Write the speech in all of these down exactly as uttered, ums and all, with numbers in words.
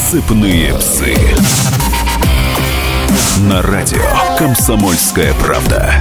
«Цепные псы». На радио «Комсомольская правда».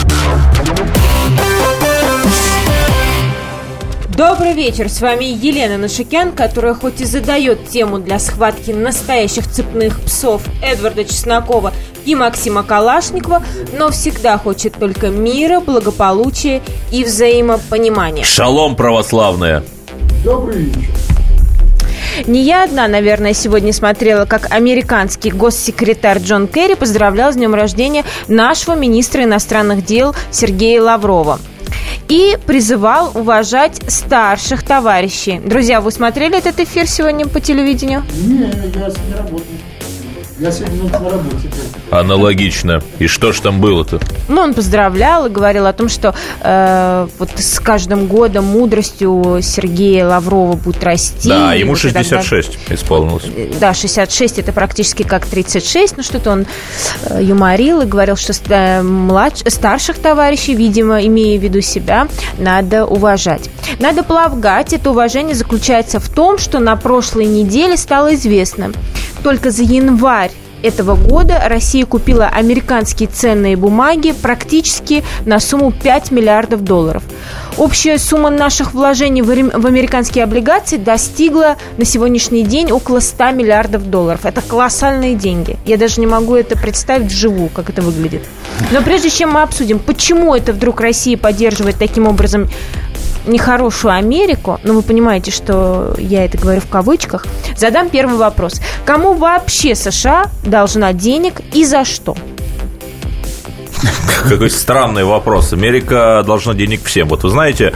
Добрый вечер, с вами Елена Нашикян, которая хоть и задает тему для схватки настоящих цепных псов Эдварда Чеснокова и Максима Калашникова, но всегда хочет только мира, благополучия и взаимопонимания. Шалом, православная! Добрый вечер. Не я одна, наверное, сегодня смотрела, как американский госсекретарь Джон Керри поздравлял с днем рождения нашего министра иностранных дел Сергея Лаврова. И призывал уважать старших товарищей. Друзья, вы смотрели этот эфир сегодня по телевидению? Не, я сегодня работаю. Я сегодня на работе. Аналогично. И что ж там было-то? Ну, он поздравлял и говорил о том, что э, вот с каждым годом мудростью Сергея Лаврова будет расти. Да, ему шестьдесят шесть тогда исполнилось. Да, шестьдесят шесть, это практически как тридцать шесть. Ну, что-то он э, юморил и говорил, что э, младш... старших товарищей, видимо, имея в виду себя, надо уважать. Надо полагать, это уважение заключается в том, что на прошлой неделе стало известно. Только за январь этого года Россия купила американские ценные бумаги практически на сумму пять миллиардов долларов. Общая сумма наших вложений в американские облигации достигла на сегодняшний день около ста миллиардов долларов. Это колоссальные деньги. Я даже не могу это представить вживую, как это выглядит. Но прежде чем мы обсудим, почему это вдруг Россия поддерживает таким образом нехорошую Америку, но вы понимаете, что я это говорю в кавычках, задам первый вопрос. Кому вообще США должна денег и за что? Какой странный вопрос. Америка должна денег всем. Вот вы знаете,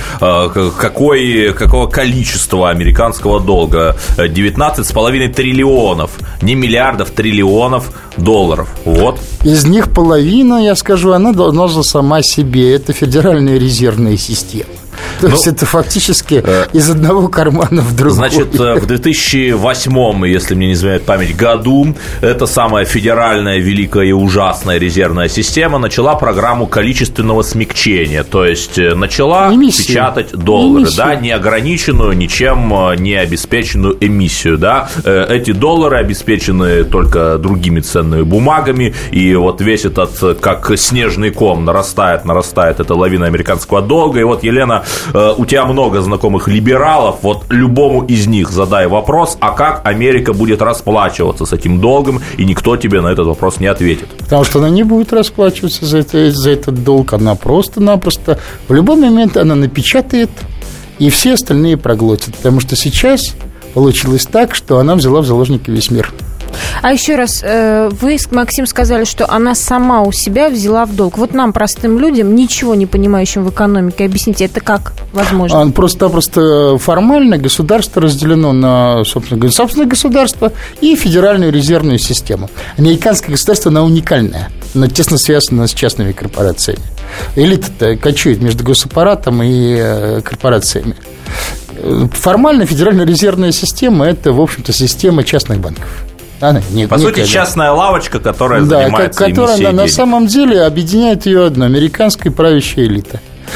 какой, какого количества американского долга? девятнадцать с половиной триллионов. Не миллиардов, триллионов долларов. Вот. Из них половина, я скажу, она должна сама себе. Это Федеральная резервная система. То ну, есть это фактически э, из одного кармана в другой. Значит, в две тысячи восьмом, если мне не изменяет память, году эта самая федеральная великая и ужасная резервная система начала программу количественного смягчения. То есть начала эмиссию. Печатать доллары, эмиссию. Да, неограниченную, ничем не обеспеченную эмиссию. Да. Эти доллары обеспечены только другими ценными бумагами. И вот весь этот, как снежный ком, нарастает, нарастает эта лавина американского долга. И вот, Елена, у тебя много знакомых либералов, вот любому из них задай вопрос, а как Америка будет расплачиваться с этим долгом, и никто тебе на этот вопрос не ответит. Потому что она не будет расплачиваться за, это, за этот долг, она просто-напросто в любой момент она напечатает, и все остальные проглотят, потому что сейчас получилось так, что она взяла в заложники весь мир. А еще раз, вы, Максим, сказали, что она сама у себя взяла в долг. Вот нам, простым людям, ничего не понимающим в экономике, объясните, это как возможно? Просто-просто формально государство разделено на собственное, собственное государство и федеральную резервную систему. Американское государство, оно уникальное, но тесно связано с частными корпорациями. Элита-то кочует между госаппаратом и корпорациями. Формально федеральная резервная система – это, в общем-то, система частных банков. Она, не, По сути, частная лавочка, которая да, занимается эмиссией которая денег. На самом деле объединяет ее одно – американская правящая элита.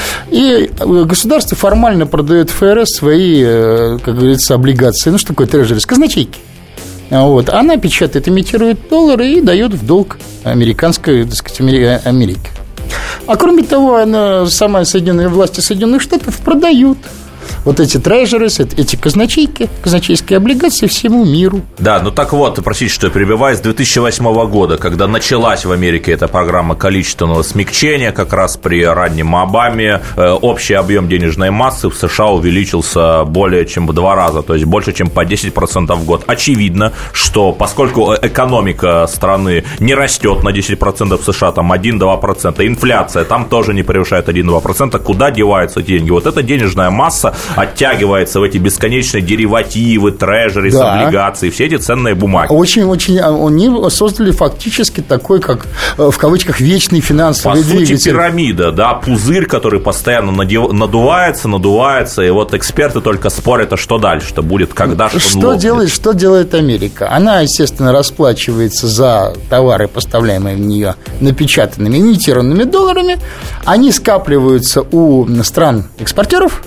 И государство формально продает ФРС свои, как говорится, облигации. Ну, что такое трежерис? Казначейки. Вот. Она печатает, имитирует доллары и дает в долг американской, так сказать, Америке. А кроме того, она, сама Соединенные власти Соединенных Штатов продают вот эти трежерис, эти казначейки, казначейские облигации всему миру. Да, ну так вот, простите, что я перебиваю, с две тысячи восьмого года, когда началась в Америке эта программа количественного смягчения, как раз при раннем Обаме, общий объем денежной массы в США увеличился более чем в два раза, то есть больше, чем по десять процентов в год. Очевидно, что поскольку экономика страны не растет на десять процентов в США, там один-два процента, инфляция там тоже не превышает один-два процента, куда деваются деньги? Вот эта денежная масса оттягивается в эти бесконечные деривативы, трежерис, да. облигации, все эти ценные бумаги. Очень-очень они создали фактически такой, как в кавычках, вечный финансовый По двигатель. По сути, пирамида, да, пузырь, который постоянно надувается, надувается, и вот эксперты только спорят, а что дальше, что будет, когда что, что делает, что делает Америка? Она, естественно, расплачивается за товары, поставляемые в нее напечатанными, имитированными долларами. Они скапливаются у стран-экспортеров,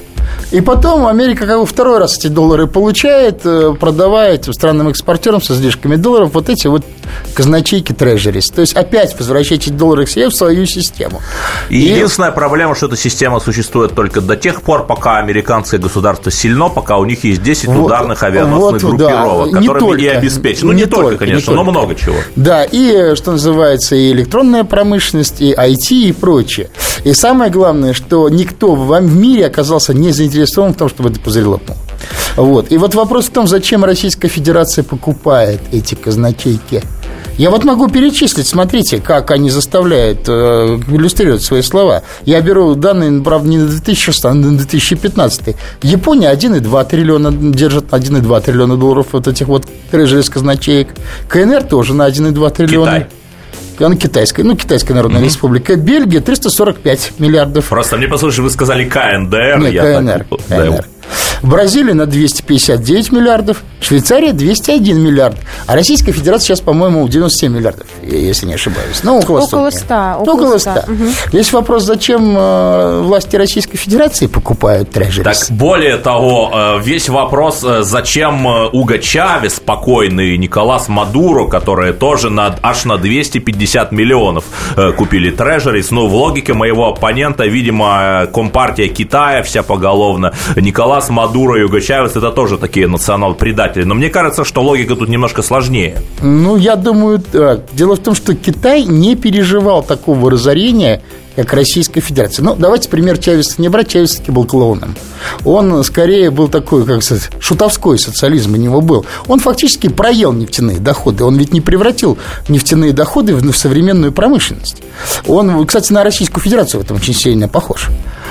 И потом Америка как бы второй раз эти доллары получает, продавая этим странным экспортерам со излишками долларов вот эти вот казначейки трежерис. То есть опять возвращайте доллары к себе в свою систему. И, и единственная проблема, что эта система существует только до тех пор, пока американское государство сильно, пока у них есть десять вот, ударных авианосных вот, группировок, да, которыми только, и обеспечено. Ну, не, не только, только, конечно, не но только. Много чего. Да, и, что называется, и электронная промышленность, и ай ти, и прочее. И самое главное, что никто в мире оказался не заинтересован в том, чтобы это пузырь лопнул. Вот. И вот вопрос в том, зачем Российская Федерация покупает эти казначейки. Я вот могу перечислить, смотрите, как они заставляют э, иллюстрировать свои слова. Я беру данные, правда, не на две тысячи шестнадцатый, а на две тысячи пятнадцатый. Япония один и два триллиона держит, один и два триллиона долларов вот этих вот трежерис казначеек. КНР тоже на один и два триллиона. Китай. Она китайская, ну, Китайская Народная mm-hmm. Республика. Бельгия триста сорок пять миллиардов. Просто мне послушай, вы сказали КНДР. Нет, я КНР. Так... КНР. Бразилия на двести пятьдесят девять миллиардов, Швейцария двести один миллиард, а Российская Федерация сейчас, по-моему, девяносто семь миллиардов, если не ошибаюсь. Ну, около ста. Около ста. Около ста. Угу. Есть вопрос, зачем власти Российской Федерации покупают трежерис? Так, более того, весь вопрос, зачем Уго Чавес, покойный Николас Мадуро, которые тоже на, аж на двести пятьдесят миллионов купили трежерис. Ну, в логике моего оппонента, видимо, Компартия Китая вся поголовно, Николас Мадуро и Уго Чавес — это тоже такие национал-предатели. Но мне кажется, что логика тут немножко сложнее. Ну, я думаю, так. Дело в том, что Китай не переживал такого разорения, как Российская Федерация. Ну, давайте пример Чавеса не брать. Чавес таки был клоуном. Он скорее был такой, как сказать, шутовской социализм у него был. Он фактически проел нефтяные доходы. Он ведь не превратил нефтяные доходы в современную промышленность. Он, кстати, на Российскую Федерацию в этом очень сильно похож.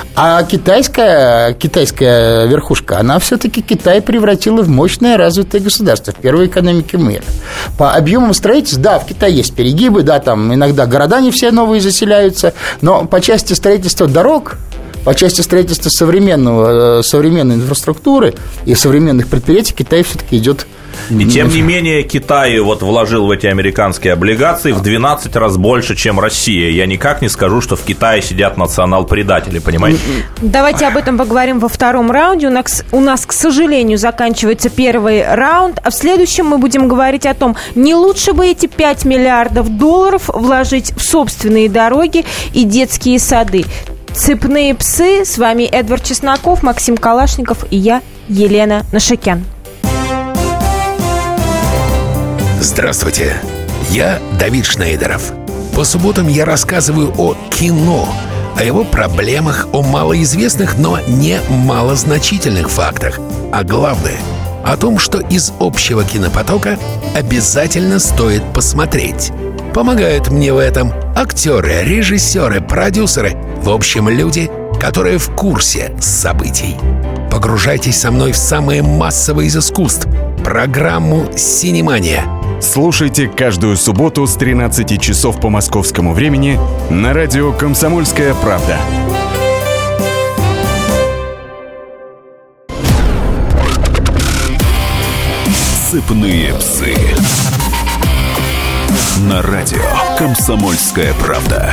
А китайская, китайская верхушка, она все-таки Китай превратила в мощное развитое государство, в первой экономике мира. По объемам строительства, да, в Китае есть перегибы, да, там иногда города не все новые заселяются, но по части строительства дорог, по части строительства современного, современной инфраструктуры и современных предприятий Китай все-таки идет. И тем не менее Китай вот вложил в эти американские облигации в двенадцать раз больше, чем Россия. Я никак не скажу, что в Китае сидят национал-предатели, понимаете? Давайте об этом поговорим во втором раунде. У нас, у нас, к сожалению, заканчивается первый раунд, а в следующем мы будем говорить о том, не лучше бы эти пять миллиардов долларов вложить в собственные дороги и детские сады. Цепные псы. С вами Эдвард Чесноков, Максим Калашников и я, Елена Нашикян. Здравствуйте, я Давид Шнейдеров. По субботам я рассказываю о кино, о его проблемах, о малоизвестных, но не малозначительных фактах. А главное, о том, что из общего кинопотока обязательно стоит посмотреть. Помогают мне в этом актеры, режиссеры, продюсеры, в общем, люди, которые в курсе событий. Погружайтесь со мной в самое массовое из искусств – программу «Синемания». Слушайте каждую субботу с тринадцати часов по московскому времени на радио «Комсомольская правда». Цепные псы. На радио «Комсомольская правда».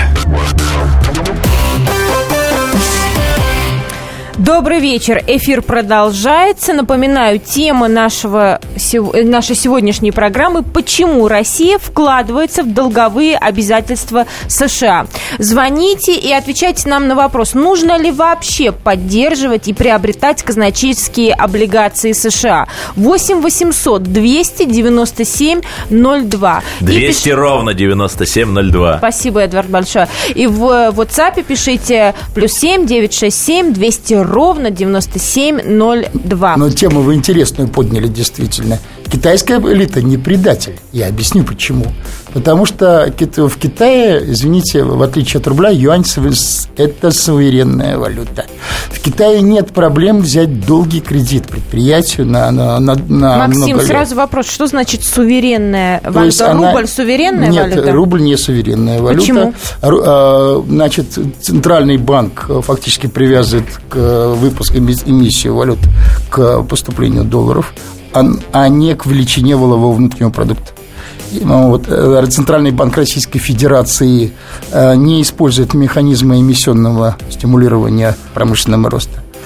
Добрый вечер. Эфир продолжается. Напоминаю, тема нашего, нашей сегодняшней программы – почему Россия вкладывается в долговые обязательства США. Звоните и отвечайте нам на вопрос, нужно ли вообще поддерживать и приобретать казначейские облигации США. восемь восемьсот двести девяносто семь ноль два. двести пиш... ровно девяносто семь ноль два. Спасибо, Эдвард, большое. И в WhatsApp пишите плюс семь девятьсот шестьдесят семь двести ровно девяносто семь ноль два. Но тему вы интересную подняли, действительно. Китайская элита не предатель. Я объясню, почему. Потому что в Китае, извините, в отличие от рубля, юань – это суверенная валюта. В Китае нет проблем взять долгий кредит предприятию на, на, на, на Максим, много лет. Сразу вопрос, что значит суверенная валюта? Рубль она... суверенная нет, валюта? Нет, рубль не суверенная валюта. Почему? Значит, Центральный банк фактически привязывает к выпуску эмиссию валют к поступлению долларов, а не к величине валового внутреннего продукта. Вот, Центральный банк Российской Федерации не использует механизмы эмиссионного стимулирования промышленного роста.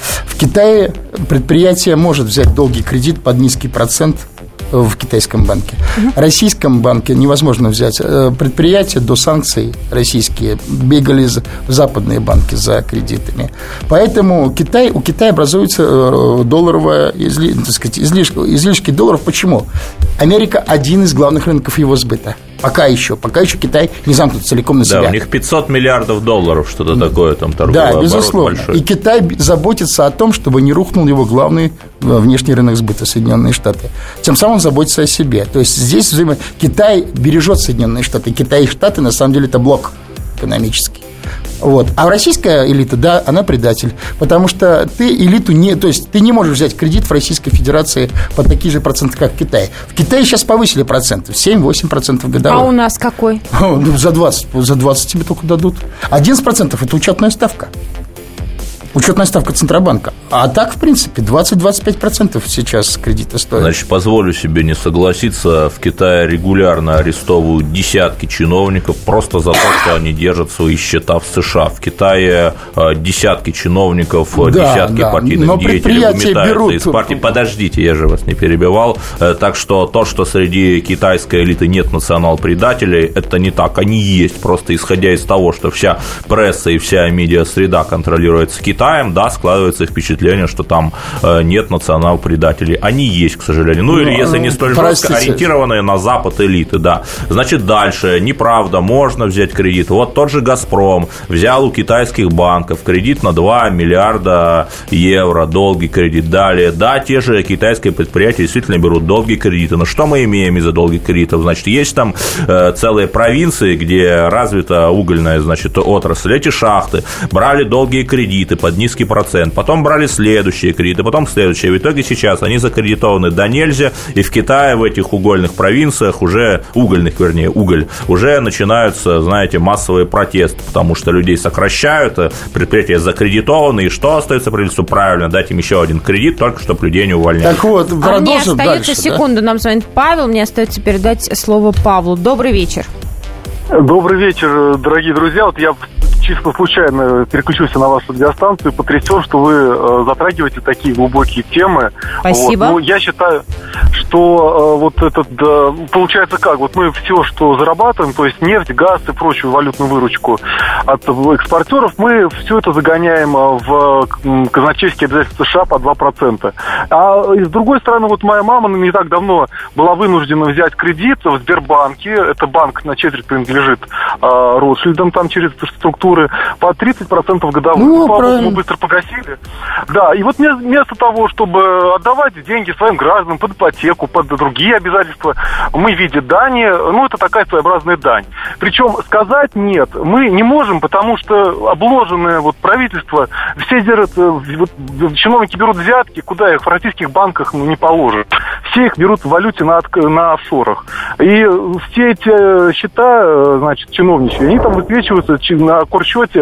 В Китае предприятие может взять долгий кредит под низкий процент в китайском банке. В российском банке невозможно взять. Предприятия до санкций российские бегали в западные банки за кредитами. Поэтому Китай, у Китая образуется долларовая изли, так сказать, излишки, излишки долларов. Почему? Америка один из главных рынков его сбыта. Пока еще, пока еще Китай не замкнут целиком на себя. Да, у них пятьсот миллиардов долларов, что-то такое там торговый оборот большой. Да, безусловно. И Китай заботится о том, чтобы не рухнул его главный внешний рынок сбыта, Соединенные Штаты. Тем самым заботится о себе. То есть здесь взаимо... Китай бережет Соединенные Штаты. Китай и Штаты, на самом деле, это блок экономический. Вот. А российская элита, да, она предатель. Потому что ты элиту не... То есть ты не можешь взять кредит в Российской Федерации под такие же проценты, как в Китае. В Китае сейчас повысили проценты. семь-восемь процентов годовых. А у нас какой? За двадцать, за двадцать тебе только дадут. одиннадцать процентов – это учетная ставка. Учетная ставка Центробанка. А так, в принципе, двадцать-двадцать пять процентов сейчас кредиты стоят. Значит, позволю себе не согласиться. В Китае регулярно арестовывают десятки чиновников просто за то, что они держат свои счета в США. В Китае десятки чиновников, да, десятки да. партийных деятелей выметаются берут... из партии. Подождите, я же вас не перебивал. Так что то, что среди китайской элиты нет национал-предателей, это не так. Они есть. Просто исходя из того, что вся пресса и вся медиа-среда контролируется Китаем, да, складывается впечатление, что там нет национал-предателей. Они есть, к сожалению. Ну, или если не столь жестко, ориентированные на Запад элиты, да. Значит, дальше, неправда, можно взять кредит. Вот тот же «Газпром» взял у китайских банков кредит на два миллиарда евро, долгий кредит. Далее, да, те же китайские предприятия действительно берут долгие кредиты. Но что мы имеем из-за долгих кредитов? Значит, есть там э, целые провинции, где развита угольная, значит, отрасль. Эти шахты брали долгие кредиты под низкий процент, потом брали следующие кредиты, потом следующие. В итоге сейчас они закредитованы до нельзя, и в Китае, в этих угольных провинциях уже, угольных, вернее, уголь, уже начинаются, знаете, массовые протесты, потому что людей сокращают, предприятия закредитованы, и что остается правительству? Правильно, дать им еще один кредит, только чтобы людей не увольняли. Так вот, продолжим дальше. А мне остается дальше, секунду, да? Нам звонит Павел, мне остается передать слово Павлу. Добрый вечер. Добрый вечер, дорогие друзья. Вот я чисто случайно переключился на вашу радиостанцию, потрясен, что вы э, затрагиваете такие глубокие темы. Спасибо. Вот. Ну, я считаю, что э, вот этот, да, получается как, вот мы все, что зарабатываем, то есть нефть, газ и прочую валютную выручку от экспортеров, мы все это загоняем в казначейские обязательства США по два процента. А с другой стороны, вот моя мама не так давно была вынуждена взять кредит в Сбербанке, это банк на четверть принадлежит э, Ротшильдам, там через структуру, по тридцать процентов годовых. Ну, мы быстро погасили. Да, и вот вместо того, чтобы отдавать деньги своим гражданам под ипотеку, под другие обязательства, мы в виде дани, ну, это такая своеобразная дань. Причем сказать нет мы не можем, потому что обложенное вот правительство, все держат, вот, чиновники берут взятки, куда их в российских банках ну, не положат. Все их берут в валюте на, на офшорах. И все эти счета, значит, чиновничьи, они там высвечиваются на счете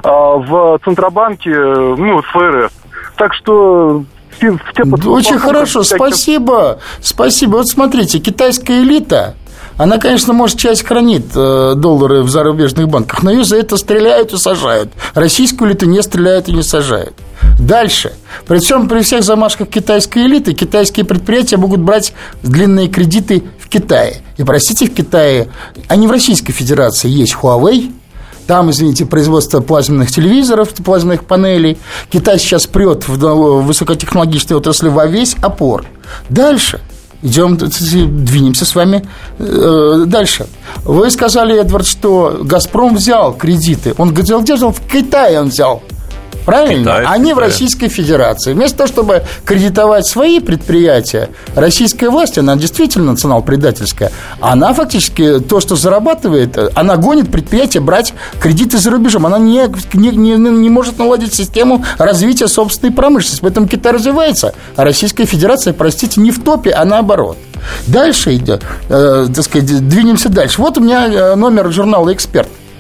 в Центробанке, ну, в ФРС. Так что... Все, все очень хорошо, спасибо. Спасибо. Вот смотрите, китайская элита, она, конечно, может, часть хранит доллары в зарубежных банках, но ее за это стреляют и сажают. Российскую элиту не стреляют и не сажают. Дальше. При всем, при всех замашках китайской элиты, китайские предприятия могут брать длинные кредиты в Китае. И, простите, в Китае, а не в Российской Федерации, есть Huawei. Там, извините, производство плазменных телевизоров, плазменных панелей. Китай сейчас прет в высокотехнологичной отрасли во весь опор. Дальше. Идем, двинемся с вами дальше. Вы сказали, Эдвард, что «Газпром» взял кредиты. Он где взял? В Китае он взял. Правильно? Китай, Они Китай. в Российской Федерации. Вместо того, чтобы кредитовать свои предприятия, российская власть, она действительно национал-предательская, она фактически то, что зарабатывает, она гонит предприятия брать кредиты за рубежом. Она не, не, не, не может наладить систему развития собственной промышленности. Поэтому Китай развивается, а Российская Федерация, простите, не в топе, а наоборот. Дальше идет, э, так сказать, двинемся дальше. Вот у меня номер журнала «Эксперт».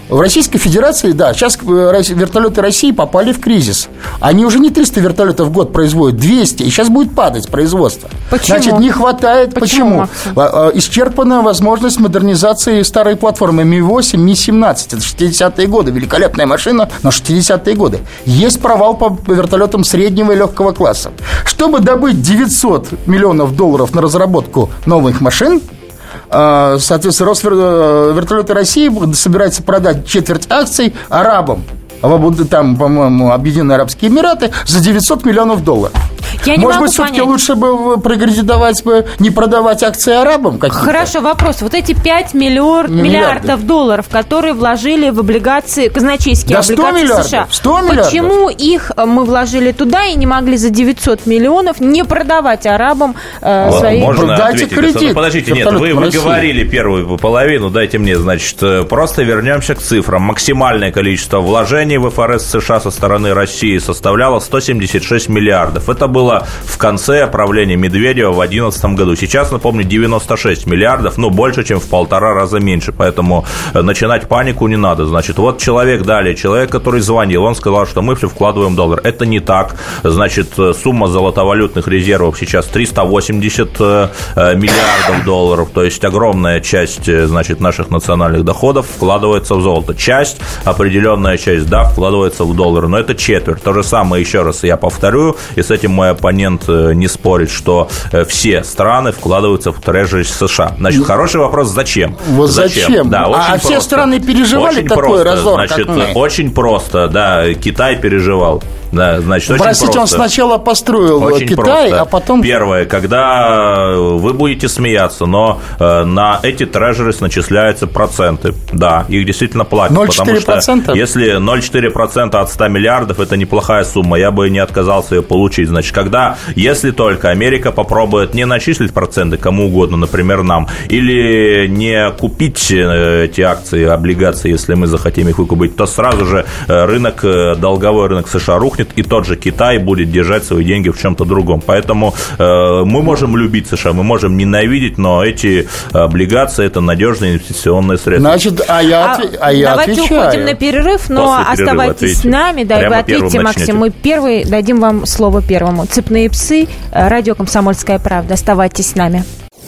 В Российской Федерации, да, сейчас вертолеты России попали в кризис. Они уже не триста вертолетов в год производят, двести, и сейчас будет падать производство. Почему? Значит, не хватает. Почему? Почему? Исчерпана возможность модернизации старой платформы Ми восемь, Ми семнадцать. Это шестидесятые годы. Великолепная машина, но шестидесятые годы. Есть провал по вертолетам среднего и легкого класса. Чтобы добыть девятьсот миллионов долларов на разработку новых машин, соответственно, Росвертолеты России собирается продать четверть акций арабам. Там, по-моему, Объединенные Арабские Эмираты за девятьсот миллионов долларов. Я не Может могу быть, все-таки понять. лучше бы проградировать бы, не продавать акции арабам какие-то? Хорошо, вопрос. Вот эти пять миллиард, миллиардов долларов, которые вложили в облигации, казначейские да облигации миллиардов, США. сто миллиардов. Почему их мы вложили туда и не могли за девятьсот миллионов не продавать арабам э, вот, свои... Можно дайте ответить. кредит. Подождите, нет, вы, вы говорили первую половину, дайте мне, значит, просто вернемся к цифрам. Максимальное количество вложений в эф эр эс США со стороны России составляло сто семьдесят шесть миллиардов. Это было в конце правления Медведева в две тысячи одиннадцатом году. Сейчас, напомню, девяносто шесть миллиардов, ну, больше, чем в полтора раза меньше, поэтому начинать панику не надо. Значит, вот человек далее, человек, который звонил, он сказал, что мы все вкладываем доллар. Это не так. Значит, сумма золотовалютных резервов сейчас триста восемьдесят миллиардов долларов, то есть огромная часть, значит, наших национальных доходов вкладывается в золото. Часть, определенная часть, да, вкладывается в доллары, но это четверть. То же самое, еще раз я повторю, и с этим мой оппонент не спорит, что все страны вкладываются в трежери США. Значит, хороший вопрос, зачем? Вот зачем? зачем? Да, а очень все просто. страны переживали очень такой просто. разор, Значит, как мы? Очень просто, да, Китай переживал. Да, значит, очень Простите, просто. он сначала построил очень Китай, просто. а потом... Первое, когда вы будете смеяться, но на эти трежерис начисляются проценты. Да, их действительно платят. ноль целых четыре десятых процента? Потому что если ноль целых четыре десятых процента от ста миллиардов, это неплохая сумма, я бы не отказался ее получить. Значит, когда, если только Америка попробует не начислить проценты кому угодно, например, нам, или не купить эти акции, облигации, если мы захотим их выкупить, то сразу же рынок, долговой рынок США рухнет, и тот же Китай будет держать свои деньги в чем-то другом. Поэтому э, мы можем любить США, мы можем ненавидеть, но эти облигации – это надежные инвестиционные средства. Значит, а я, отв... а, а я давайте отвечаю. уходим на перерыв, но После перерыва оставайтесь ответьте. с нами. Да, Прямо вы ответьте, Максим. Мы первый дадим вам слово первому. «Цепные псы», радио «Комсомольская правда». Оставайтесь с нами.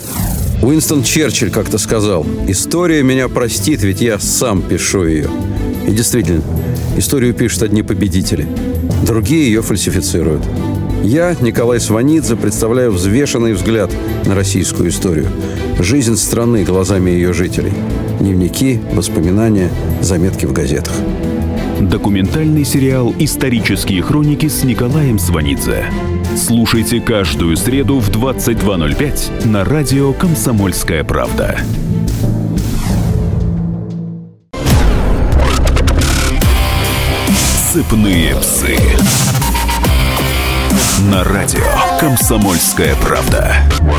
Уинстон Черчилль как-то сказал: «История меня простит, ведь я сам пишу ее». И действительно, историю пишут одни победители, другие ее фальсифицируют. Я, Николай Сванидзе, представляю взвешенный взгляд на российскую историю. Жизнь страны глазами ее жителей. Дневники, воспоминания, заметки в газетах. Документальный сериал «Исторические хроники» с Николаем Сванидзе. Слушайте каждую среду в двадцать два ноль пять на радио «Комсомольская правда». «Цепные псы» на радио «Комсомольская правда».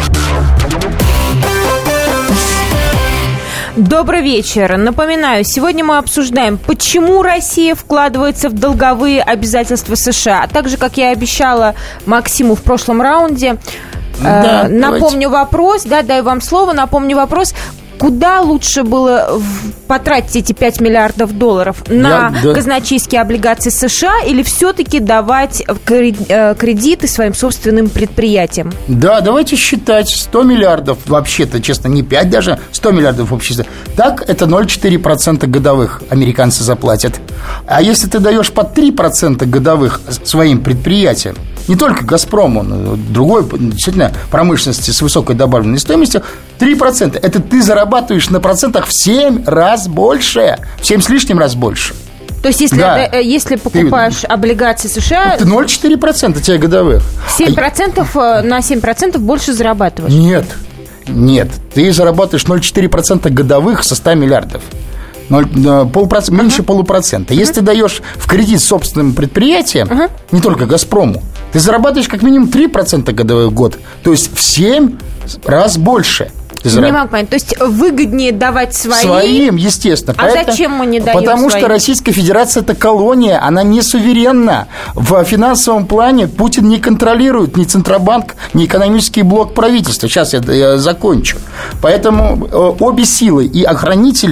Добрый вечер. Напоминаю, сегодня мы обсуждаем, почему Россия вкладывается в долговые обязательства США. А также, как я обещала Максиму в прошлом раунде, да, э, напомню вопрос, да, даю вам слово, напомню вопрос. Куда лучше было потратить эти пять миллиардов долларов? На Я, да. казначейские облигации США или все-таки давать кредиты своим собственным предприятиям? Да, давайте считать сто миллиардов, вообще-то, честно, не пять даже, сто миллиардов общества. Так, это ноль целых четыре десятых процента годовых американцы заплатят. А если ты даешь по три процента годовых своим предприятиям, не только «Газпрому», но другой, действительно, промышленности с высокой добавленной стоимостью, три процента. Это ты зарабатываешь на процентах в семь раз больше. В семь с лишним раз больше. То есть, если, Да. э, если покупаешь Ты- облигации США, Это ноль целых четыре десятых процента тебе годовых. семь процентов, э, на семь процентов больше зарабатываешь. Нет, нет. Ты зарабатываешь ноль целых четыре десятых процента годовых со ста миллиардов. ноль, полпроц... меньше uh-huh. полупроцента. Если uh-huh. ты даешь в кредит собственным предприятиям, uh-huh. не только «Газпрому», ты зарабатываешь как минимум три процента годовых в год. То есть в семь раз больше. Не могу понять. То есть выгоднее давать своим? Своим, естественно. А Поэтому, зачем мы не даем Потому своим? что Российская Федерация – это колония, она не суверенна. В финансовом плане Путин не контролирует ни Центробанк, ни экономический блок правительства. Сейчас я, я закончу. Поэтому обе силы, и охранители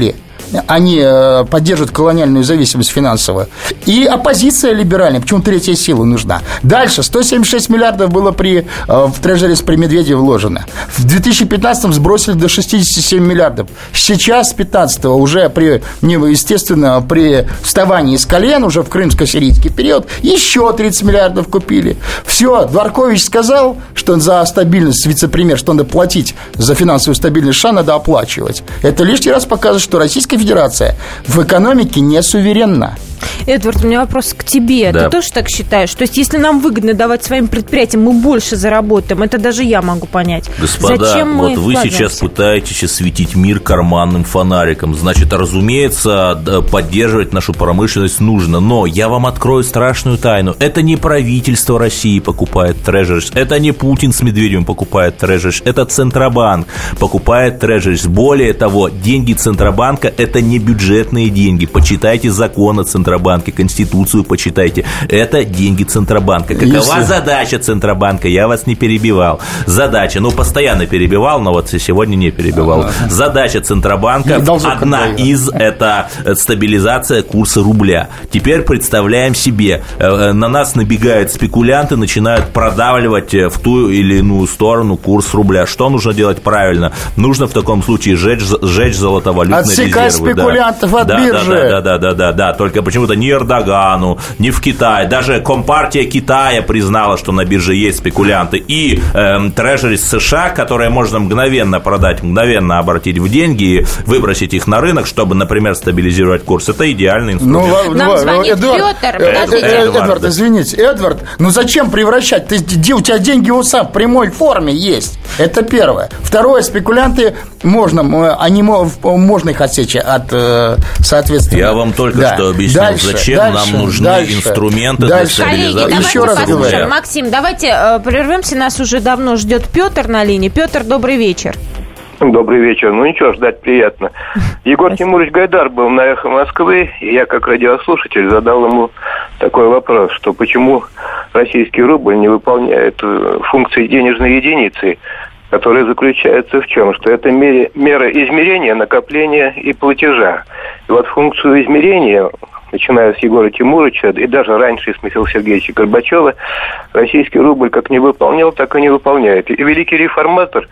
они поддерживают колониальную зависимость финансовую. И оппозиция либеральная, почему третья сила нужна. Дальше, сто семьдесят шесть миллиардов было при, в трежерис при Медведеве вложено. В две тысячи пятнадцатом сбросили до шестьдесят семь миллиардов. Сейчас, с пятнадцатого, уже при, естественно, при вставании с колен, уже в крымско-сирийский период, еще тридцать миллиардов купили. Все, Дворкович сказал, что за стабильность, вице-премьер, что надо платить за финансовую стабильность США, надо оплачивать. Это лишний раз показывает, что Российская Федерация в экономике не суверенна. Эдвард, у меня вопрос к тебе. Да. Ты тоже так считаешь? То есть, если нам выгодно давать своим предприятиям, мы больше заработаем. Это даже я могу понять. Господа, Зачем мы вот вы сейчас пытаетесь осветить мир карманным фонариком. Значит, разумеется, поддерживать нашу промышленность нужно. Но я вам открою страшную тайну. Это не правительство России покупает трежерис. Это не Путин с Медведевым покупает трежерис. Это Центробанк покупает трежерис. Более того, деньги Центробанка – это не бюджетные деньги. Почитайте закон о Центробанке. Центробанке, Конституцию почитайте. Это деньги Центробанка. Какова Если... задача Центробанка? Я вас не перебивал. Задача, ну, постоянно перебивал, но вот сегодня не перебивал. Задача Центробанка одна из – это стабилизация курса рубля. Теперь представляем себе, на нас набегают спекулянты, начинают продавливать в ту или иную сторону курс рубля. Что нужно делать правильно? Нужно в таком случае сжечь, сжечь золотовалютные резервы. Отсекать спекулянтов да. от да, биржи. Да, да, да, да, да, да. Только почему Почему-то ни Эрдогану, ни в Китае. Даже Компартия Китая признала, что на бирже есть спекулянты. И э, трежерис США, которые можно мгновенно продать, мгновенно обратить в деньги и выбросить их на рынок, чтобы, например, стабилизировать курс. Это идеальный инструмент. Ну, Нам звонит Эдвард, Петр. Эдвард, Эдвард, Эдвард, извините. Эдвард, ну зачем превращать? Ты, у тебя деньги у сам в прямой форме есть. Это первое. Второе, спекулянты, можно, они, можно их отсечь от, соответственно. Я вам только да. что объяснил. Дальше, Зачем дальше, нам нужны дальше, инструменты дальше. для стабилизации? Коллеги, Еще раз говорю. Максим, давайте э, прервемся. Нас уже давно ждет Петр на линии. Петр, добрый вечер. Добрый вечер. Ну ничего, ждать приятно. Егор Тимурович Гайдар был на «Эхо Москвы», и я как радиослушатель задал ему такой вопрос, что почему российский рубль не выполняет функции денежной единицы, которая заключается в чем? Что это мере, мера измерения, накопления и платежа. И вот функцию измерения, начиная с Егора Тимуровича и даже раньше с Михаила Сергеевича Горбачева, российский рубль как не выполнял, так и не выполняет. И великий реформатор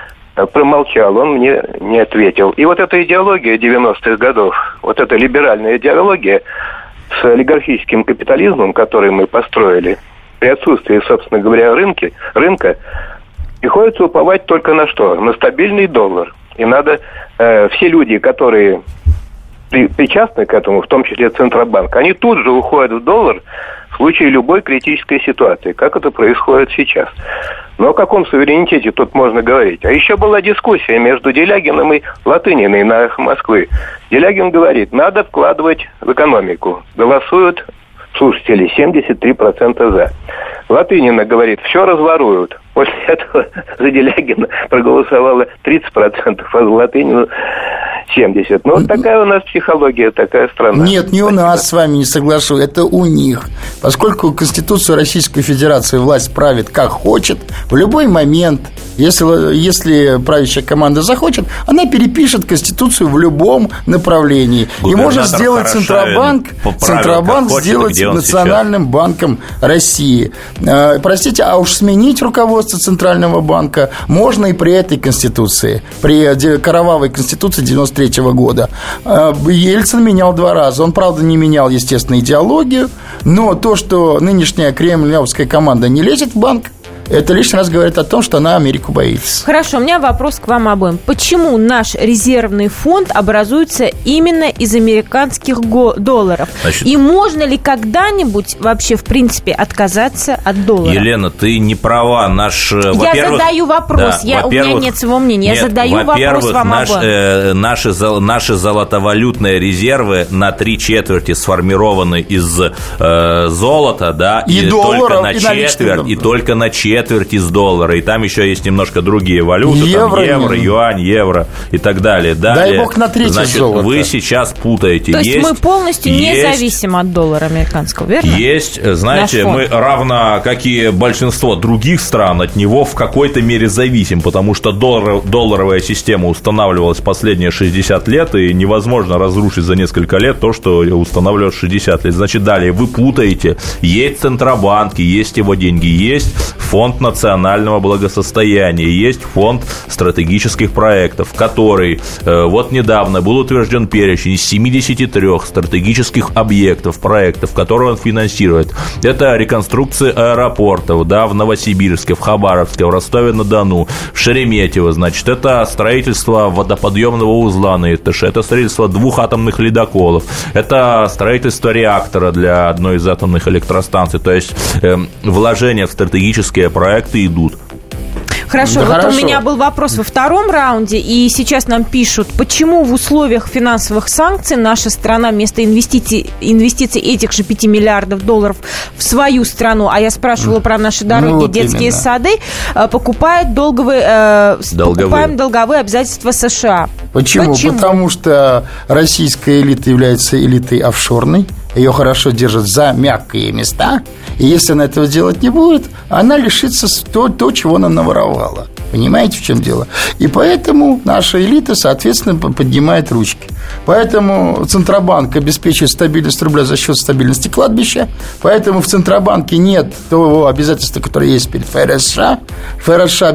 промолчал, он мне не ответил. И вот эта идеология девяностых годов, вот эта либеральная идеология с олигархическим капитализмом, который мы построили, при отсутствии, собственно говоря, рынки, рынка, приходится уповать только на что? На стабильный доллар. И надо, э, все люди, которые при, причастны к этому, в том числе Центробанк, они тут же уходят в доллар в случае любой критической ситуации, как это происходит сейчас. Но о каком суверенитете тут можно говорить? А еще была дискуссия между Делягиным и Латыниной на «Эхо Москвы». Делягин говорит, надо вкладывать в экономику. Голосуют слушатели, семьдесят три процента за. Латынина говорит, все разворуют. После этого за Делягина проголосовало тридцать процентов, а за Латынину семьдесят процентов. Ну, вот такая у нас психология, такая страна. Нет, не у нас с вами, не соглашусь, это у них. Поскольку Конституцию Российской Федерации власть правит как хочет, в любой момент, если, если правящая команда захочет, она перепишет Конституцию в любом направлении. И может сделать Центробанк, Центробанк сделать национальным сейчас. банком России. Простите, а уж сменить руководство Центрального банка можно и при этой Конституции, при кровавой Конституции девяносто третьего года. Ельцин менял два раза. Он, правда, не менял, естественно, идеологию, но то, что нынешняя кремлевская команда не лезет в банк, это лишний раз говорит о том, что она Америку боится. Хорошо, у меня вопрос к вам обоим. Почему наш резервный фонд образуется именно из американских долларов? Значит, и можно ли когда-нибудь вообще, в принципе, отказаться от доллара? Елена, ты не права. Наш, я задаю вопрос. Да, я, у меня нет своего мнения. Нет, я задаю вопрос вам наш, обоим. Э, наши, наши золотовалютные резервы на три четверти сформированы из э, золота, да, и, и долларов, только на и четверть, и только на четверть четверть из доллара, и там еще есть немножко другие валюты, евро, там евро, юань, евро и так далее. Далее, дай бог на треть значит, золота. Вы сейчас путаете. То есть, есть мы полностью не есть, зависим от доллара американского, верно? Есть, знаете, мы равно, как и большинство других стран, от него в какой-то мере зависим, потому что доллар, долларовая система устанавливалась последние шестьдесят лет, и невозможно разрушить за несколько лет то, что устанавливалось шестьдесят лет. Значит, далее вы путаете. Есть Центробанки, есть его деньги, есть фонд национального благосостояния, есть фонд стратегических проектов, который э, вот недавно был утвержден перечень из семидесяти трёх стратегических объектов, проектов, которые он финансирует. Это реконструкция аэропортов, да, в Новосибирске, в Хабаровске, в Ростове-на-Дону, в Шереметьево, значит, это строительство водоподъемного узла на Иртыше, это строительство двух атомных ледоколов, это строительство реактора для одной из атомных электростанций, то есть э, вложения в стратегические проекты идут. Хорошо, да вот хорошо. У меня был вопрос во втором раунде, и сейчас нам пишут, почему в условиях финансовых санкций наша страна вместо инвестиций, инвестиций этих же пяти миллиардов долларов в свою страну, а я спрашивала про наши дороги, ну, вот детские именно. сады, покупает долговые, э, долговые. покупаем долговые обязательства США. Почему? Почему? Потому что российская элита является элитой офшорной, ее хорошо держат за мягкие места, и если она этого делать не будет, она лишится то, то чего она наворовала. Понимаете, в чем дело? И поэтому наша элита, соответственно, поднимает ручки. Поэтому Центробанк обеспечивает стабильность рубля за счет стабильности кладбища. Поэтому в Центробанке нет того обязательства, которое есть перед ФРС США. ФРС США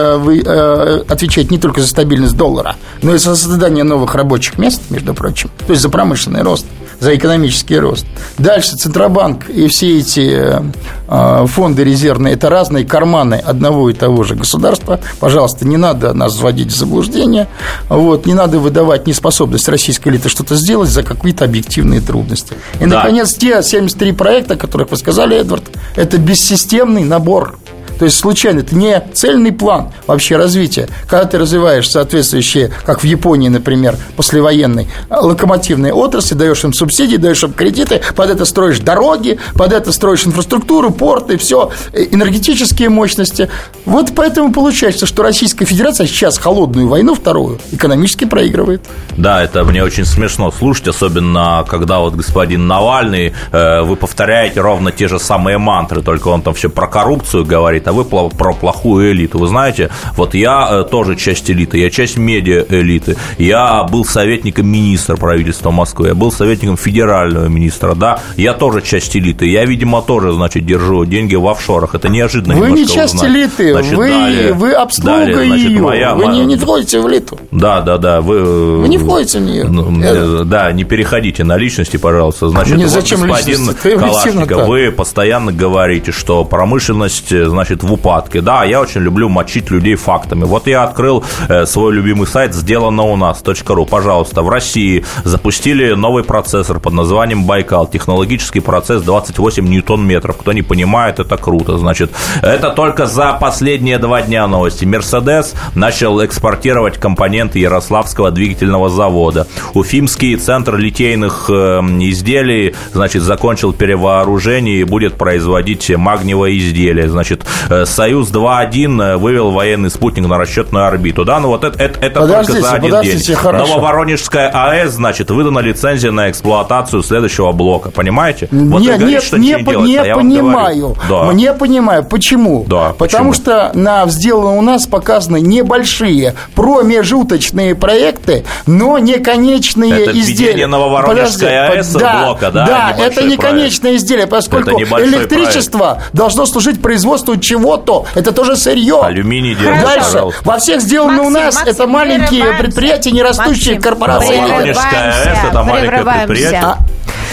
отвечает не только за стабильность доллара, но и за создание новых рабочих мест, между прочим. То есть за промышленный рост, за экономический рост. Дальше Центробанк и все эти э, фонды резервные – это разные карманы одного и того же государства. Пожалуйста, не надо нас вводить в заблуждение. Вот, не надо выдавать неспособность российской элиты что-то сделать за какие-то объективные трудности. И, да. наконец, те семьдесят три проекта, о которых вы сказали, Эдвард, это бессистемный набор. То есть случайно, это не цельный план вообще развития. Когда ты развиваешь соответствующие, как в Японии, например, послевоенной локомотивные отрасли, даешь им субсидии, даешь им кредиты, под это строишь дороги, под это строишь инфраструктуру, порты, все, энергетические мощности. Вот поэтому получается, что Российская Федерация сейчас холодную войну вторую экономически проигрывает. Да, это мне очень смешно слушать, особенно когда вот господин Навальный, э, вы повторяете ровно те же самые мантры, только он там все про коррупцию говорит, а вы про плохую элиту. Вы знаете, вот я тоже часть элиты, я часть медиа-элиты. Я был советником министра правительства Москвы, я был советником федерального министра, да, я тоже часть элиты. Я, видимо, тоже, значит, держу деньги в офшорах. Это неожиданно. Вы немножко не часть узнать. элиты, Значит, вы, далее, вы обслуга далее, значит, ее. моя, вы моя... не, не входите в элиту. Да, да, да. Вы, вы не входите в нее. Ну, да, не переходите на личности, пожалуйста. Значит, Мне вот, зачем господин Калашников, вы постоянно говорите, что промышленность, значит, в упадке. Да, я очень люблю мочить людей фактами. Вот я открыл э, свой любимый сайт сделано у нас точка ру. Пожалуйста, в России запустили новый процессор под названием Байкал. Технологический процесс двадцать восемь ньютон-метров. Кто не понимает, это круто. Значит, это только за последние два дня новости. Мерседес начал экспортировать компоненты Ярославского двигательного завода. Уфимский центр литейных э, изделий, значит, закончил перевооружение и будет производить магниевые изделия. Значит, э, Союз два один вывел военный спутник на расчетную орбиту. Да, ну вот это, это, это только за один день. Хорошо. Нововоронежская АЭС, значит, выдана лицензия на эксплуатацию следующего блока. Понимаете? Вот нет, говорите, нет, что не, не, по, делать, не а понимаю. Да. Не понимаю. Почему? Да, Потому почему? что на сделано у нас показаны небольшие промежуточные проекты, но не конечные это изделия. Это Нововоронежской АЭС да, блока, да? Да, это не конечные изделия, поскольку электричество проект. должно служить производству чего-то. Это тоже сырье. Алюминий делают, Дальше. Пожалуйста. Во всех сделано Максим, у нас Максим, это маленькие предприятия, не растущие Максим, корпорации. Нововоронежская АЭС – это маленькое предприятие. А,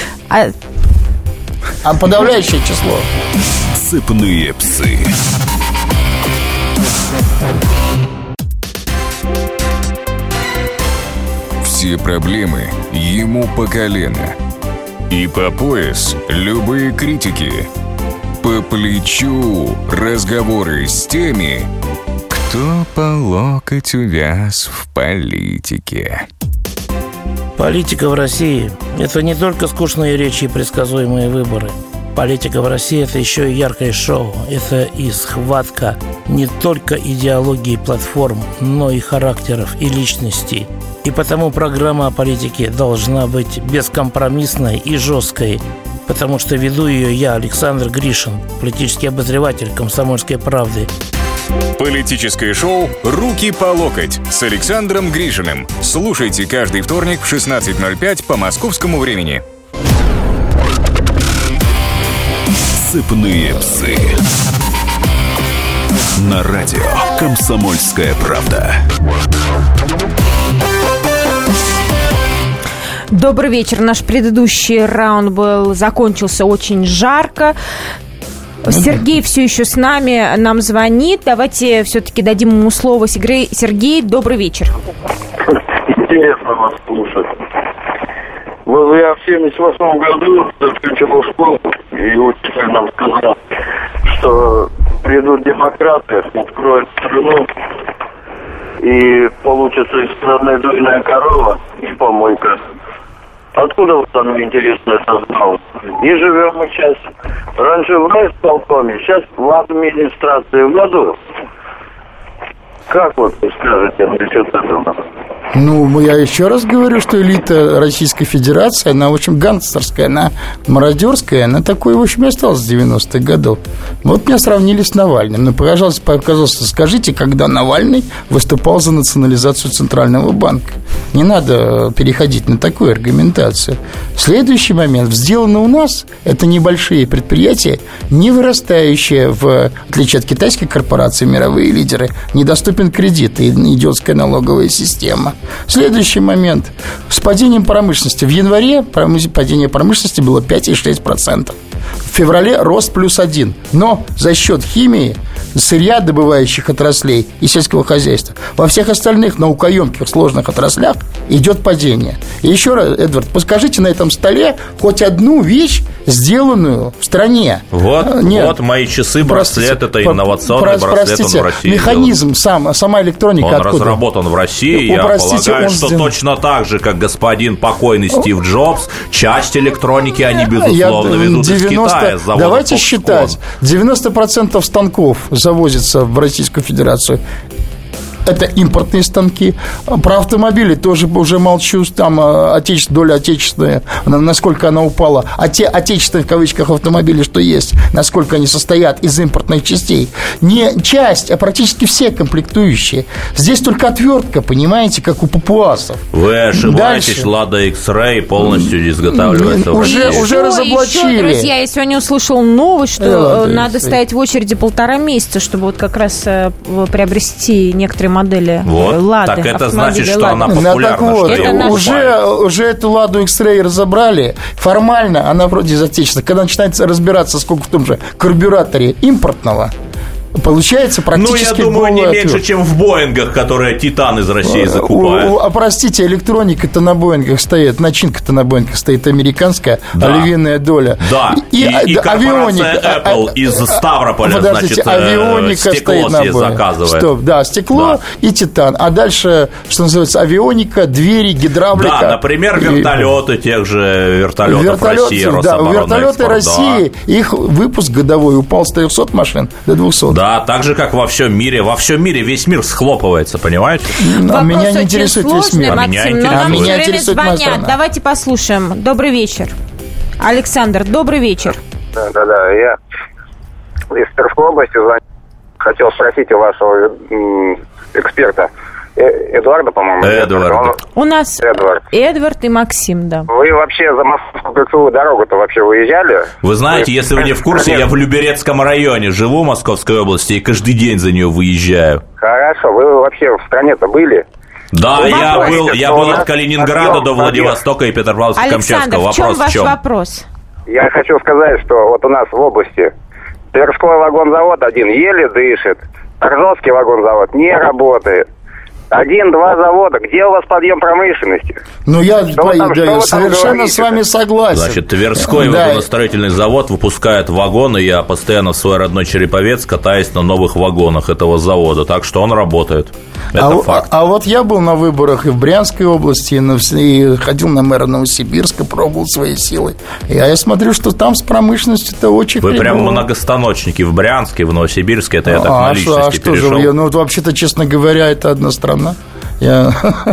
А, а подавляющее число. Цепные псы. Все проблемы ему по колено. И по пояс любые критики. По плечу разговоры с теми, кто по локоть увяз в политике. Политика в России – это не только скучные речи и предсказуемые выборы. Политика в России – это еще и яркое шоу. Это и схватка не только идеологии платформ, но и характеров и личностей. И потому программа о политике должна быть бескомпромиссной и жесткой. Потому что веду ее я, Александр Гришин, политический обозреватель «Комсомольской правды». Политическое шоу «Руки по локоть» с Александром Гришиным. Слушайте каждый вторник в шестнадцать ноль пять по московскому времени. «Цепные псы». На радио «Комсомольская правда». Добрый вечер. Наш предыдущий раунд был, закончился очень жарко. Сергей все еще с нами, нам звонит. Давайте все-таки дадим ему слово. Сергей, Сергей, добрый вечер. Интересно вас слушать. Вот я в семьдесят восьмом году закончил школу, и учитель нам сказал, что придут демократы, откроют страну, и получится эстрадная дойная корова и помойка. Откуда вот оно, интересно, это знал? И живем мы сейчас. Раньше в райисполкоме, сейчас в администрации в году. Как вот вы скажете насчет этого? Ну, я еще раз говорю, что элита Российской Федерации, она очень гангстерская, она мародерская, она такой, в общем, и осталась с девяностых годов. Вот меня сравнили с Навальным. Ну, пожалуйста, пожалуйста, скажите, когда Навальный выступал за национализацию Центрального банка? Не надо переходить на такую аргументацию. Следующий момент. Сделано у нас это небольшие предприятия, не вырастающие, в отличие от китайской корпорации, мировые лидеры, недоступен кредит и идиотская налоговая система. Следующий момент. С падением промышленности. В январе падение промышленности было пять целых шесть десятых процента. В феврале рост плюс один. Но за счет химии, сырья, добывающих отраслей и сельского хозяйства, во всех остальных наукоемких сложных отраслях идет падение. И еще раз, Эдвард, подскажите на этом столе хоть одну вещь, сделанную в стране. Вот, Нет. вот мои часы, браслет, это инновационный Про, браслет, простите, он в России механизм, сам, сама электроника он откуда? разработан в России, О, я простите, полагаю, он что сделан... точно так же, как господин покойный Стив Джобс, часть электроники они, безусловно, Я, ведут девяносто, из Китая, с завода давайте Foxconn. считать, девяносто процентов станков завозится в Российскую Федерацию. Это импортные станки. Про автомобили тоже уже молчу. Там отече... доля отечественная, насколько она упала. А те отечественные, в кавычках, автомобили, что есть, насколько они состоят из импортных частей. Не часть, а практически все комплектующие. Здесь только отвертка, понимаете, как у папуасов. Вы ошибаетесь, Лада X-Ray полностью изготавливается в уже, России. Уже еще, разоблачили. Еще, друзья, я сегодня услышал новость, что Лада надо X-Ray. стоять в очереди полтора месяца, чтобы вот как раз приобрести некоторые модели Вот. Лады. Так это автомобиля значит, что Лады. она Ну, популярна. так вот, что Это ее уже, покупают. уже эту Ладу X-Ray разобрали. Формально она вроде из отечественной. Когда начинается разбираться, сколько в том же карбюраторе импортного, получается практически... Ну, я думаю, не голая меньше, отвертка. чем в Боингах, которые Титан из России закупают. У- у- А простите, электроника-то на Боингах стоит, начинка-то на Боингах стоит американская, Да. львиная доля. Да, и, и, и корпорация Apple из Ставрополя, Подождите, значит, авионика стекло стоит на себе Боинге. заказывает. Стоп, да, стекло Да. и титан. А дальше, что называется, авионика, двери, гидравлика. Да, например, И- вертолеты тех же вертолетов Вертолет, России, да, Рособоронэкспорт, вертолеты да. России, их выпуск годовой упал с трехсот машин до двухсот. Да, так же, как во всем мире. Во всем мире весь мир схлопывается, понимаете? А Вопрос меня не очень интересует весь сложный, мир. А Максим, меня но интересует. нам А все меня время интересует моя звонят. страна. Давайте послушаем. Добрый вечер. Александр, добрый вечер. Да, да, да. Я из Тверской области звоню. Хотел спросить у вашего м, эксперта Э- Эдуарда, по-моему. Эдвард. У нас Эдвард. Эдвард и Максим, да. Вы вообще за Московскую кольцевую дорогу-то вообще выезжали? Вы знаете, если вы не в курсе, Нет. я в Люберецком районе живу, Московской области, и каждый день за нее выезжаю. Хорошо. Вы вообще в стране-то были? Да, Ну, я вопрос, был, я что был у нас от Калининграда подъем, до подъем. Владивостока и Петропавловска-Камчатского. Александр, в чем Вопрос ваш в чем? вопрос? Я хочу сказать, что вот у нас в области Тверской вагонзавод один еле дышит, Торжовский вагонзавод не работает. Один-два завода. Где у вас подъем промышленности? Ну, я, Что вы там- да, что я вы там совершенно говорите? с вами согласен. Значит, Тверской Да. вагоностроительный завод выпускает вагоны. Я постоянно в свой родной Череповец катаюсь на новых вагонах этого завода. Так что он работает. Это а, факт. А, а вот я был на выборах и в Брянской области, и, на, и ходил на мэра Новосибирска, пробовал свои силы. И я смотрю, что там с промышленностью-то очень Вы хреново. прям многостаночники в Брянске, в Новосибирске, это я так а, на а личности что перешел. же, я, ну, вот, вообще-то, честно говоря, это одна страна. Я...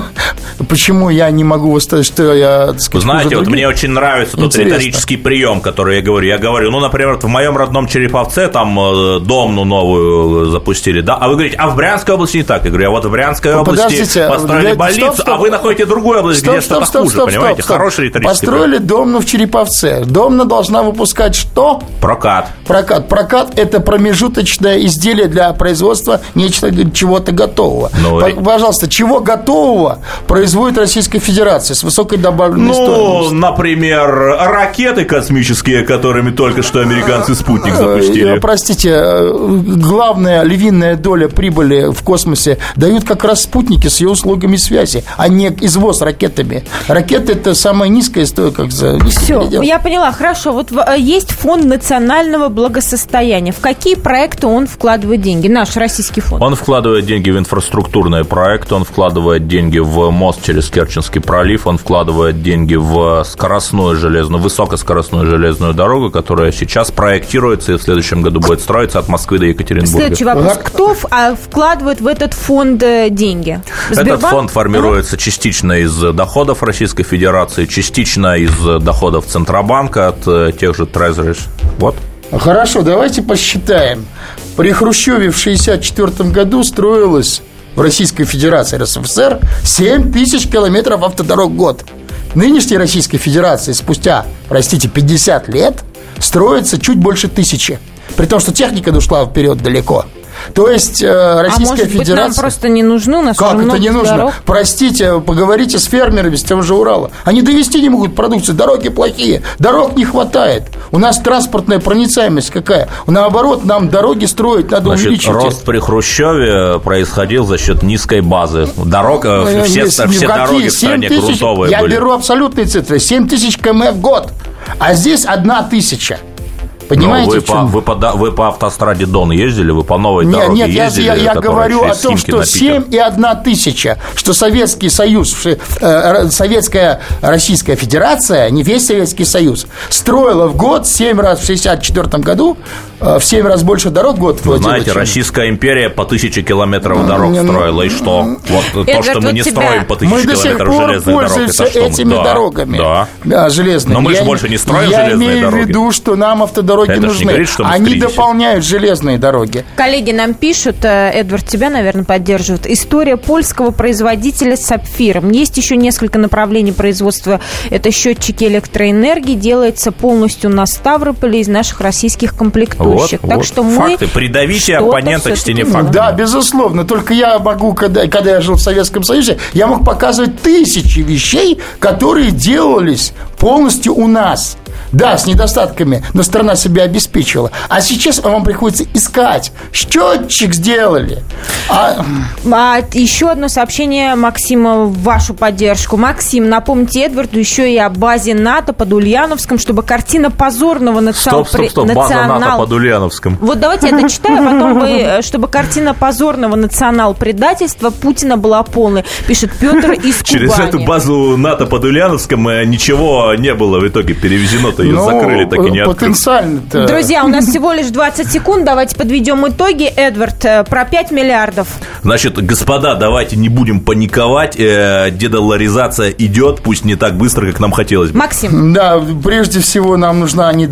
Почему я не могу выставить, что я, так сказать, знаете, вот мне очень нравится тот Интересно. риторический прием, который я говорю. Я говорю, ну, например, в моем родном Череповце там э, Домну новую запустили, да, а вы говорите, а в Брянской области не так. Я говорю, а вот в Брянской ну, области подождите, построили для... больницу, стоп, стоп. а вы находите другую область, стоп, где стоп, что-то стоп, хуже, стоп, понимаете? Стоп, стоп. Хороший риторический Построили прием. Домну в Череповце. Домна должна выпускать что? Прокат. Прокат. Прокат – это промежуточное изделие для производства нечто, чего-то готового. Ну, Пожалуйста, чего готового производит Российская Федерация с высокой добавленной ну, стоимостью? например, ракеты космические, которыми только что американцы спутник запустили. Простите, главная львиная доля прибыли в космосе дают как раз спутники с ее услугами связи, а не извоз ракетами. Ракеты – это самая низкая стоимость. Как за... Все, я поняла. Хорошо. Вот есть фонд национального благосостояния. В какие проекты он вкладывает деньги? Наш российский фонд. Он вкладывает деньги в инфраструктурные проекты, он вкладывает деньги в мост через Керченский пролив, он вкладывает деньги в скоростную железную, высокоскоростную железную дорогу, которая сейчас проектируется и в следующем году будет строиться от Москвы до Екатеринбурга. Следующий вопрос. Кто вкладывает в этот фонд деньги? Сбербанк? Этот фонд формируется частично из доходов Российской Федерации, частично из доходов Центробанка от тех же Treasuries. Вот. Хорошо, давайте посчитаем. При Хрущеве в шестьдесят четвёртом году строилось в Российской Федерации РСФСР семь тысяч километров автодорог в год. Нынешней Российской Федерации спустя, простите, пятьдесят лет строится чуть больше тысячи. При том, что техника ушла вперед далеко. То есть э, Российская а может Федерация... быть, нам просто не нужны, у нас Как уже это не нужно? дорог? Простите, поговорите с фермерами, с тем же Урала. Они довести не могут продукцию, дороги плохие, дорог не хватает. У нас транспортная проницаемость какая? Наоборот, нам дороги строить надо Значит, увеличивать. рост при Хрущеве происходил за счет низкой базы. Дорога, Ну, все, если- все какие? дороги в стране семь тысяч, грунтовые я были. беру абсолютные цифры. семь тысяч км в год. А здесь одна тысяча. Понимаете, Но вы, в чем? по, вы, по, вы по автостраде Дон ездили, вы по новой Нет, дороге нет, я, ездили? я, я которая говорю о через том, Химки что на Питер? семь и одна тысяча, что Советский Союз, э, Советская Российская Федерация, не весь Советский Союз, строила в год семь раз в шестьдесят четвёртом году, э, в семь раз больше дорог в год. Вы знаете, Российская империя по тысяче километров дорог Не, ну, строила, и что? Вот Эдвард, то, что мы вот не тебя. строим по Мы тысяче до сих километров пор железных дорог, пользуемся это что? этими Да, дорогами. Да. Да, железными. Но мы же Я- больше не строим я железные имею дороги. в виду, что нам автодороги Это ж не нужны. говорит, что мы в Они кризисе. дополняют железные дороги. Коллеги нам пишут, э, Эдвард, тебя, наверное, поддерживают. История польского производителя Сапфиром. Есть еще несколько направлений производства. Это счетчики электроэнергии. Делается полностью на Ставрополе из наших российских комплектующих. Вот, так вот. что мы Факты. Придавите что-то оппонента к стене всё-таки фактами. Да, безусловно. Только я могу, когда, когда я жил в Советском Союзе, я мог показывать тысячи вещей, которые делались полностью у нас. Да, с недостатками, но страна себя обеспечивала. А сейчас вам приходится искать. Счетчик сделали. А... А еще одно сообщение Максима в вашу поддержку. Максим, напомните Эдварду еще и о базе НАТО под Ульяновском, чтобы картина позорного национал... Стоп, стоп, стоп, база национал... НАТО под Ульяновском. Вот давайте я дочитаю, а потом вы, чтобы картина позорного национал-предательства Путина была полной, пишет Петр из Кубани. Через эту базу НАТО под Ульяновском э, ничего не было в итоге перевезено-то, ее Ну, закрыли, так и не открыли. потенциально-то. Друзья, у нас всего лишь двадцать секунд, давайте подведем итоги. Эдвард, э, про пять миллиардов. Значит, господа, давайте не будем паниковать, э, дедоларизация идет, пусть не так быстро, как нам хотелось бы. Максим. Да, прежде всего нам нужна не,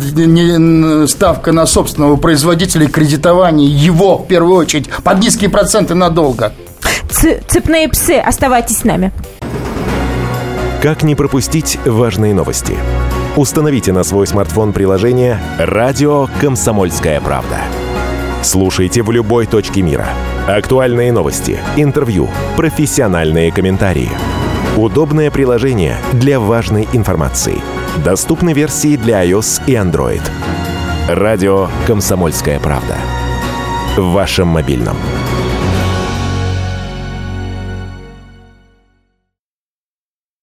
не ставка на собственного производителя и кредитование его, в первую очередь, под низкие проценты надолго. Ц- цепные псы, оставайтесь с нами. Как не пропустить важные новости? Установите на свой смартфон приложение «Радио Комсомольская правда». Слушайте в любой точке мира. Актуальные новости, интервью, профессиональные комментарии. Удобное приложение для важной информации. Доступны версии для iOS и Android. «Радио Комсомольская правда». В вашем мобильном.